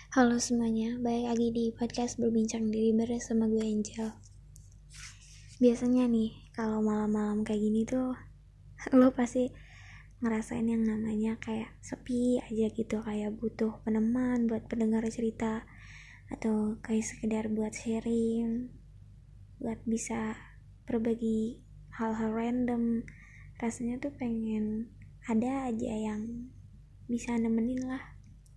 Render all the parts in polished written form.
Halo semuanya, balik lagi di podcast Berbincang Diri bersama gue Angel. Biasanya nih, kalau malam-malam kayak gini tuh lo pasti ngerasain yang namanya kayak sepi aja gitu, kayak butuh peneman buat pendengar cerita, atau kayak sekedar buat sharing, buat bisa berbagi hal-hal random. Rasanya tuh pengen ada aja yang bisa nemenin lah.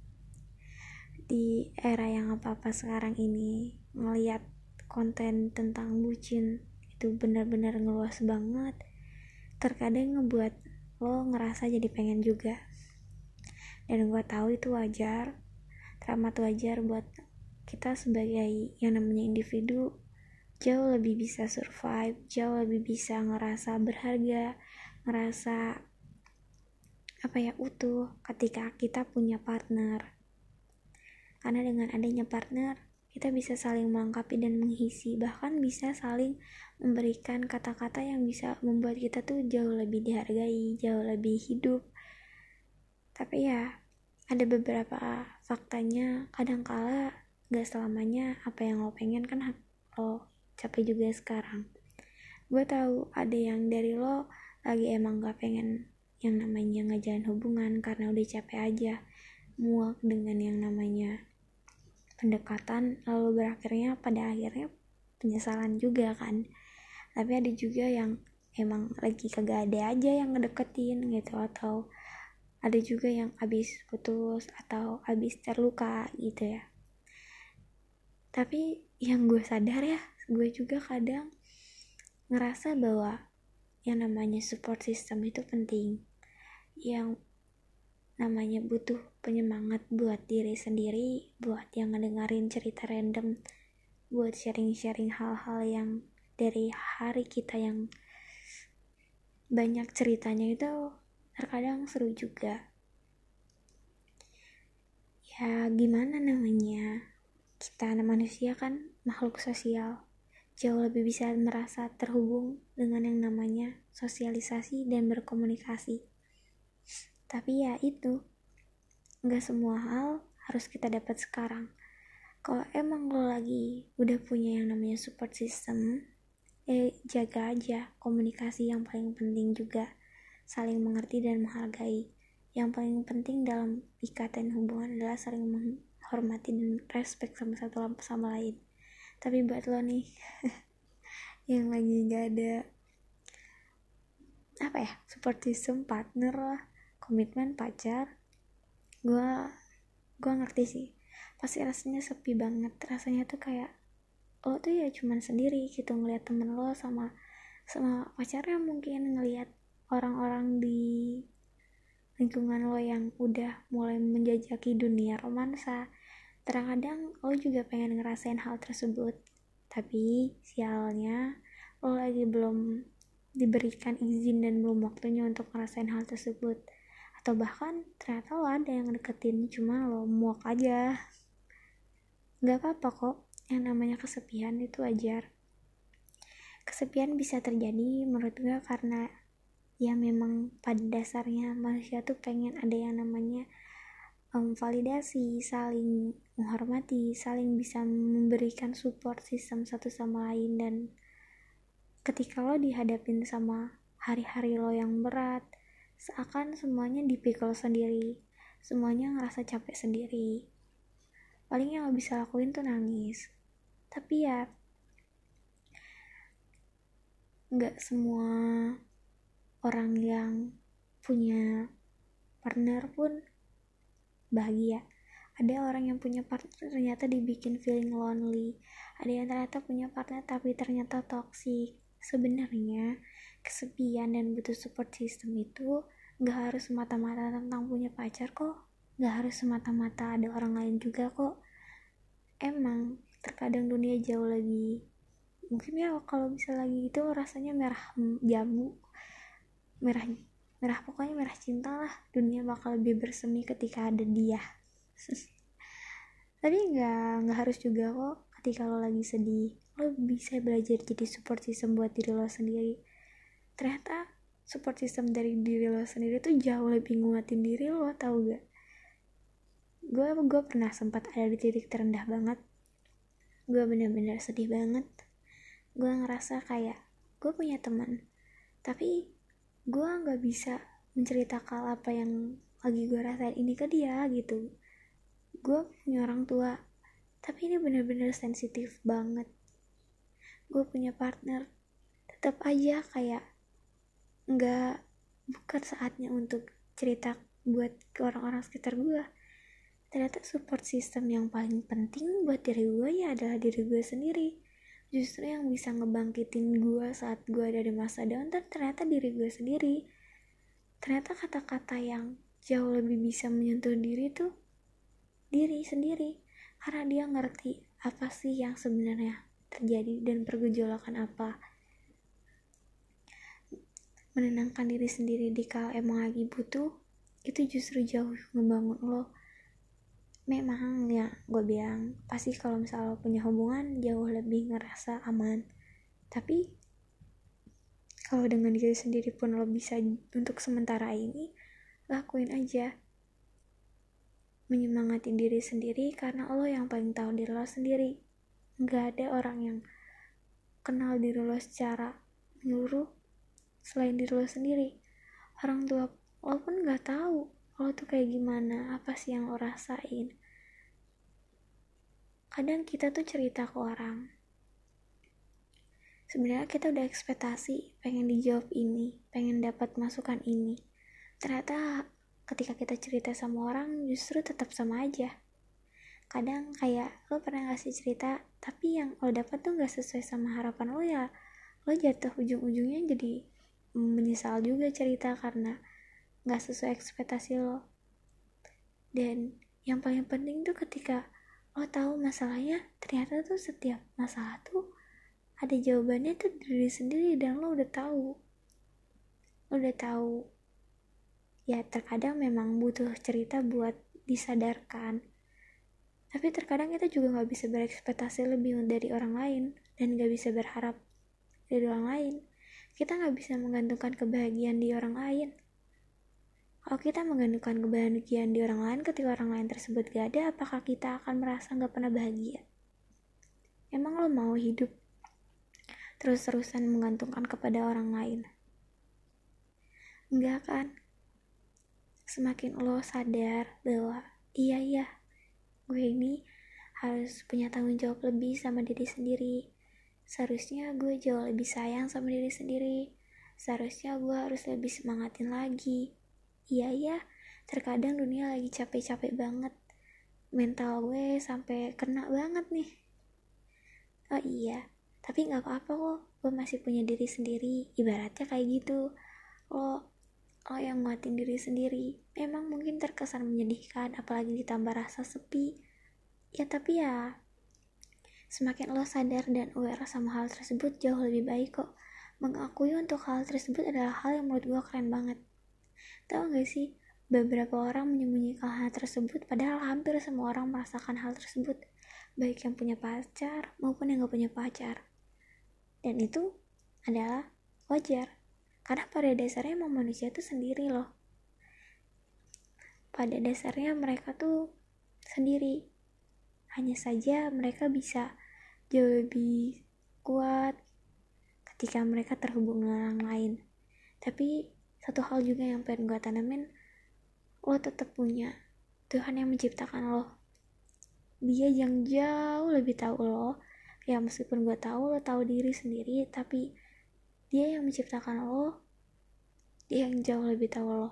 Di era yang apa-apa sekarang ini, ngeliat konten tentang bucin itu benar-benar ngeluas banget. Terkadang ngebuat lo ngerasa jadi pengen juga. Dan gue tahu itu wajar, teramat wajar buat kita sebagai yang namanya individu. Jauh lebih bisa survive, jauh lebih bisa ngerasa berharga, ngerasa utuh ketika kita punya partner. Karena dengan adanya partner, kita bisa saling melengkapi dan mengisi, bahkan bisa saling memberikan kata-kata yang bisa membuat kita tuh jauh lebih dihargai, jauh lebih hidup. Tapi ya, ada beberapa faktanya, kadangkala gak selamanya apa yang lo pengen kan lo capai juga sekarang. Gue tahu ada yang dari lo lagi emang gak pengen yang namanya ngejalin hubungan karena udah capek aja, muak dengan yang namanya pendekatan, lalu berakhirnya pada akhirnya penyesalan juga kan. Tapi ada juga yang emang lagi kagak ada aja yang ngedeketin gitu, atau ada juga yang abis putus atau abis terluka gitu ya. Tapi yang gue sadar ya, gue juga kadang ngerasa bahwa yang namanya support system itu penting, yang namanya butuh penyemangat buat diri sendiri, buat yang ngedengerin cerita random, buat sharing-sharing hal-hal yang dari hari kita yang banyak ceritanya itu terkadang seru juga. Ya gimana namanya, kita manusia kan makhluk sosial, jauh lebih bisa merasa terhubung dengan yang namanya sosialisasi dan berkomunikasi. Tapi ya itu, gak semua hal harus kita dapat sekarang. Kalau emang lo lagi udah punya yang namanya support system, jaga aja komunikasi. Yang paling penting juga saling mengerti dan menghargai. Yang paling penting dalam ikatan hubungan adalah saling menghormati dan respect sama satu sama lain. Tapi buat lo nih yang lagi gak ada support system, partner lah, komitmen, pacar, gue ngerti sih, pasti rasanya sepi banget. Rasanya tuh kayak lo tuh ya cuman sendiri gitu, ngeliat temen lo sama pacarnya, mungkin ngeliat orang-orang di lingkungan lo yang udah mulai menjajaki dunia romansa. Terkadang lo juga pengen ngerasain hal tersebut, tapi sialnya lo lagi belum diberikan izin dan belum waktunya untuk ngerasain hal tersebut. Atau bahkan ternyata lo ada yang deketin, cuma lo muak aja. Gak apa-apa kok, yang namanya kesepian itu wajar. Kesepian bisa terjadi menurut gue karena ya memang pada dasarnya manusia tuh pengen ada yang namanya validasi, saling menghormati, saling bisa memberikan support sistem satu sama lain. Dan ketika lo dihadapin sama hari-hari lo yang berat, seakan semuanya dipikul sendiri, semuanya ngerasa capek sendiri, paling yang lo bisa lakuin tuh nangis. Tapi ya gak semua orang yang punya partner pun bahagia. Ada orang yang punya partner ternyata dibikin feeling lonely. Ada yang ternyata punya partner tapi ternyata toxic. Sebenarnya kesepian dan butuh support system itu gak harus semata-mata tentang punya pacar kok. Gak harus semata-mata ada orang lain juga kok. Emang terkadang dunia jauh lebih, mungkin ya kalau bisa lagi itu rasanya merah jambu, merah pokoknya merah cinta lah. Dunia bakal lebih bersemi ketika ada dia. Tapi nggak harus juga kok. Ketika lo lagi sedih, lo bisa belajar jadi support system buat diri lo sendiri. Ternyata support system dari diri lo sendiri tuh jauh lebih nguatin diri lo, tau gak? gue pernah sempat ada di titik terendah banget. Gue benar-benar sedih banget. Gue ngerasa kayak gue punya teman, tapi gue nggak bisa menceritakan apa yang lagi gue rasain ini ke dia gitu. Gue punya orang tua, tapi ini benar-benar sensitif banget. Gue punya partner, tetap aja kayak nggak, bukan saatnya untuk cerita buat ke orang-orang sekitar gue. Ternyata support system yang paling penting buat diri gue ya adalah diri gue sendiri. Justru yang bisa ngebangkitin gue saat gue ada di masa down ternyata diri gue sendiri. Ternyata kata-kata yang jauh lebih bisa menyentuh diri tuh diri sendiri, karena dia ngerti apa sih yang sebenarnya terjadi dan pergejolakan apa. Menenangkan diri sendiri di kala emang lagi butuh, itu justru jauh ngebangun lo. Memang ya gue bilang pasti kalau misalnya lo punya hubungan jauh lebih ngerasa aman, tapi kalau dengan diri sendiri pun lo bisa untuk sementara ini, lakuin aja. Menyemangati diri sendiri karena lo yang paling tahu diri lo sendiri. Gak ada orang yang kenal diri lo secara menyeluruh selain diri lo sendiri. Orang tua lo pun gak tahu lo tuh kayak gimana, apa sih yang lo rasain. Kadang kita tuh cerita ke orang, sebenarnya kita udah ekspektasi pengen dijawab ini, pengen dapat masukan ini. Ternyata ketika kita cerita sama orang justru tetap sama aja. Kadang kayak lo pernah ngasih cerita tapi yang lo dapat tuh gak sesuai sama harapan lo, ya lo jatuh ujung-ujungnya jadi menyesal juga cerita karena gak sesuai ekspektasi lo. Dan yang paling penting tuh ketika lo tahu masalahnya, ternyata tuh setiap masalah tuh ada jawabannya tuh diri sendiri dan lo udah tahu. Ya terkadang memang butuh cerita buat disadarkan, tapi terkadang kita juga gak bisa berekspektasi lebih dari orang lain dan gak bisa berharap dari orang lain. Kita gak bisa menggantungkan kebahagiaan di orang lain. Kalau kita menggantungkan kebahagiaan di orang lain ketika orang lain tersebut gak ada, apakah kita akan merasa gak pernah bahagia? Emang lo mau hidup terus-terusan menggantungkan kepada orang lain? Enggak kan? Semakin lo sadar bahwa iya gue ini harus punya tanggung jawab lebih sama diri sendiri. Seharusnya gue jauh lebih sayang sama diri sendiri. Seharusnya gue harus lebih semangatin lagi. Iya, terkadang dunia lagi capek-capek banget. Mental gue sampai kena banget nih. Oh iya, tapi gak apa-apa kok. Gue masih punya diri sendiri. Ibaratnya kayak gitu. Lo yang nguatin diri sendiri. Memang mungkin terkesan menyedihkan, apalagi ditambah rasa sepi. Ya tapi ya, semakin lo sadar dan aware sama hal tersebut jauh lebih baik kok. Mengakui untuk hal tersebut adalah hal yang menurut gue keren banget. Tahu gak sih, beberapa orang menyembunyikan hal tersebut padahal hampir semua orang merasakan hal tersebut, baik yang punya pacar maupun yang gak punya pacar. Dan itu adalah wajar, karena pada dasarnya emang manusia itu sendiri loh. Pada dasarnya mereka tuh sendiri. Hanya saja mereka bisa jauh lebih kuat ketika mereka terhubung dengan orang lain. Tapi satu hal juga yang pengen gue tanamin, lo tetap punya Tuhan yang menciptakan lo. Dia yang jauh lebih tahu lo. Ya meskipun gue tahu lo tahu diri sendiri, tapi dia yang menciptakan lo. Dia yang jauh lebih tahu lo.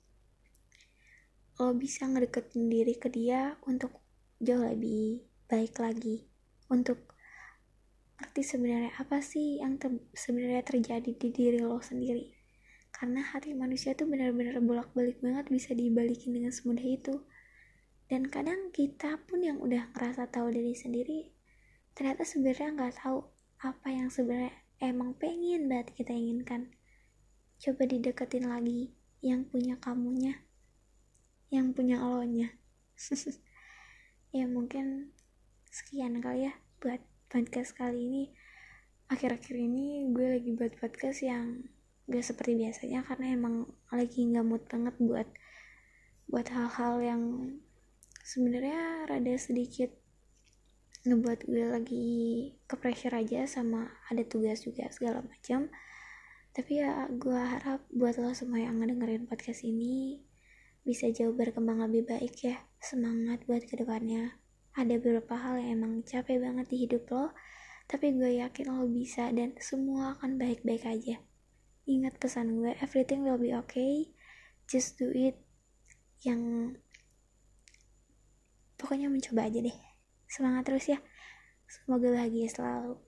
Lo bisa ngedeketin diri ke dia untuk jauh lebih baik lagi, untuk ngerti sebenarnya apa sih yang sebenarnya terjadi di diri lo sendiri. Karena hati manusia tuh benar-benar bolak-balik banget, bisa dibalikin dengan semudah itu. Dan kadang kita pun yang udah ngerasa tahu diri sendiri, ternyata sebenarnya nggak tahu apa yang sebenarnya emang pengen banget kita inginkan. Coba dideketin lagi yang punya kamunya, yang punya elonya. Ya mungkin sekian kali ya buat podcast kali ini. Akhir-akhir ini gue lagi buat podcast yang gak seperti biasanya karena emang lagi gak mood banget buat hal-hal yang sebenarnya rada sedikit ngebuat gue lagi ke pressure aja, sama ada tugas juga segala macam. Tapi ya gue harap buat lo semua yang ngedengerin podcast ini bisa jauh berkembang lebih baik ya. Semangat buat kedepannya. Ada beberapa hal yang emang capek banget di hidup lo, tapi gue yakin lo bisa dan semua akan baik-baik aja. Ingat pesan gue, everything will be okay, just do it. Yang pokoknya mencoba aja deh. Semangat terus ya, semoga bahagia selalu.